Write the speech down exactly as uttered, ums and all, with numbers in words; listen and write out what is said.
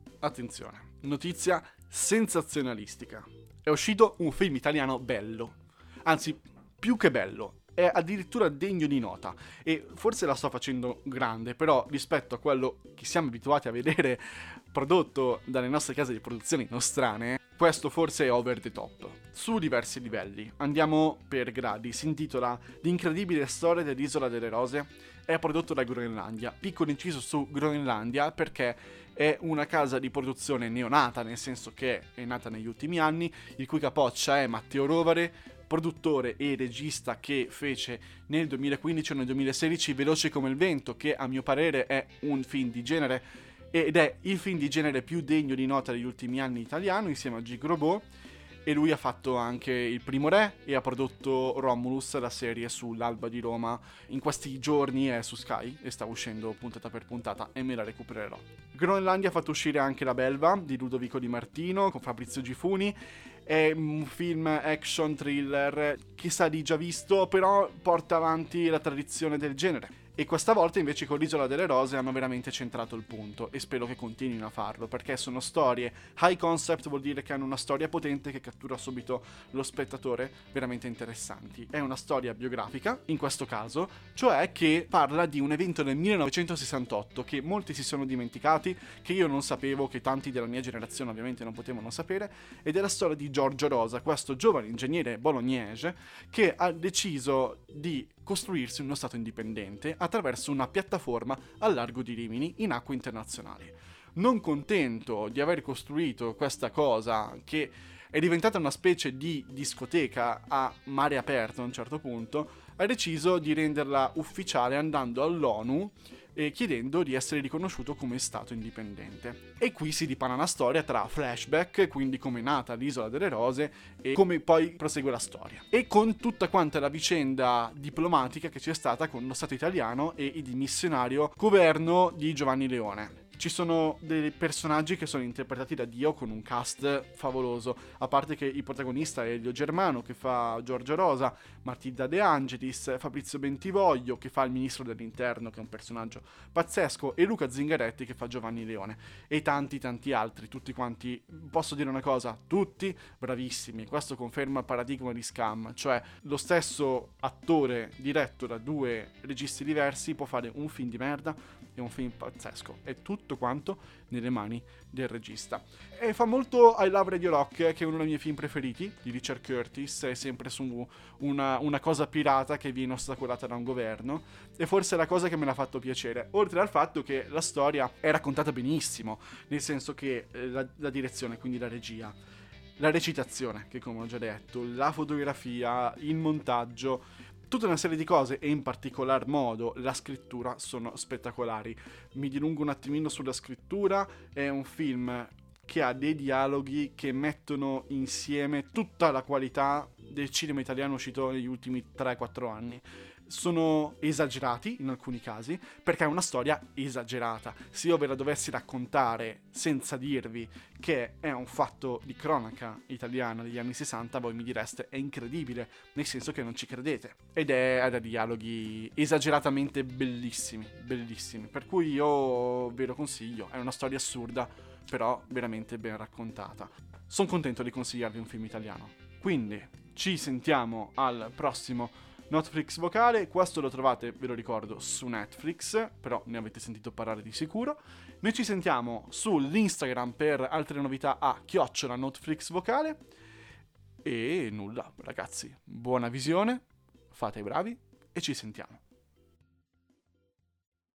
attenzione, notizia sensazionalistica. È uscito un film italiano bello, anzi più che bello, è addirittura degno di nota e forse la sto facendo grande, però rispetto a quello che siamo abituati a vedere prodotto dalle nostre case di produzione nostrane, questo forse è over the top, su diversi livelli. Andiamo per gradi. Si intitola L'incredibile storia dell'Isola delle Rose, è prodotto da Groenlandia. Piccolo inciso su Groenlandia perché è una casa di produzione neonata, nel senso che è nata negli ultimi anni, il cui capoccia è Matteo Rovere, produttore e regista che fece nel duemilaquindici o nel duemilasedici Veloce come il vento, che a mio parere è un film di genere ed è il film di genere più degno di nota degli ultimi anni italiano, insieme a Gic Robot, e lui ha fatto anche Il Primo Re e ha prodotto Romulus, la serie sull'Alba di Roma. In questi giorni è su Sky e sta uscendo puntata per puntata e me la recupererò. Groenlandia ha fatto uscire anche La Belva di Ludovico Di Martino con Fabrizio Gifuni. È un film action thriller, chissà di già visto, però porta avanti la tradizione del genere. E questa volta invece con l'Isola delle Rose hanno veramente centrato il punto e spero che continuino a farlo, perché sono storie high concept, vuol dire che hanno una storia potente che cattura subito lo spettatore, veramente interessanti. È una storia biografica, in questo caso, cioè che parla di un evento del millenovecentosessantotto che molti si sono dimenticati, che io non sapevo, che tanti della mia generazione ovviamente non potevano sapere, ed è la storia di Giorgio Rosa, questo giovane ingegnere bolognese che ha deciso di costruirsi uno stato indipendente attraverso una piattaforma al largo di Rimini in acque internazionali. Non contento di aver costruito questa cosa che è diventata una specie di discoteca a mare aperto a un certo punto, ha deciso di renderla ufficiale andando all'ONU e chiedendo di essere riconosciuto come stato indipendente. E qui si dipana una storia tra flashback, quindi come è nata l'Isola delle Rose e come poi prosegue la storia. E con tutta quanta la vicenda diplomatica che c'è stata con lo Stato italiano e il dimissionario governo di Giovanni Leone. Ci sono dei personaggi che sono interpretati da Dio con un cast favoloso, a parte che il protagonista è Elio Germano che fa Giorgio Rosa, Martilda De Angelis, Fabrizio Bentivoglio che fa il ministro dell'interno che è un personaggio pazzesco e Luca Zingaretti che fa Giovanni Leone e tanti tanti altri, tutti quanti, posso dire una cosa, tutti bravissimi. Questo conferma il paradigma di Scam, cioè lo stesso attore diretto da due registi diversi può fare un film di merda e un film pazzesco, è tutto quanto nelle mani del regista. E fa molto I Love Radio Rock, che è uno dei miei film preferiti di Richard Curtis, è sempre su una, una cosa pirata che viene ostacolata da un governo, e forse è la cosa che me l'ha fatto piacere, oltre al fatto che la storia è raccontata benissimo, nel senso che eh, la, la direzione, quindi la regia, la recitazione, che come ho già detto, la fotografia, il montaggio, tutta una serie di cose e in particolar modo la scrittura sono spettacolari. Mi dilungo un attimino sulla scrittura, è un film che ha dei dialoghi che mettono insieme tutta la qualità del cinema italiano uscito negli ultimi tre quattro anni. Sono esagerati in alcuni casi perché è una storia esagerata. Se io ve la dovessi raccontare senza dirvi che è un fatto di cronaca italiana degli anni sessanta, voi mi direste è incredibile, nel senso che non ci credete. Ed è ha dialoghi esageratamente bellissimi, bellissimi, per cui io ve lo consiglio. È una storia assurda, però veramente ben raccontata. Sono contento di consigliarvi un film italiano. Quindi ci sentiamo al prossimo Netflix vocale. Questo lo trovate, ve lo ricordo, su Netflix, però ne avete sentito parlare di sicuro. Noi ci sentiamo sull'Instagram per altre novità a chiocciola Netflix vocale. E nulla, ragazzi, buona visione, fate i bravi e ci sentiamo.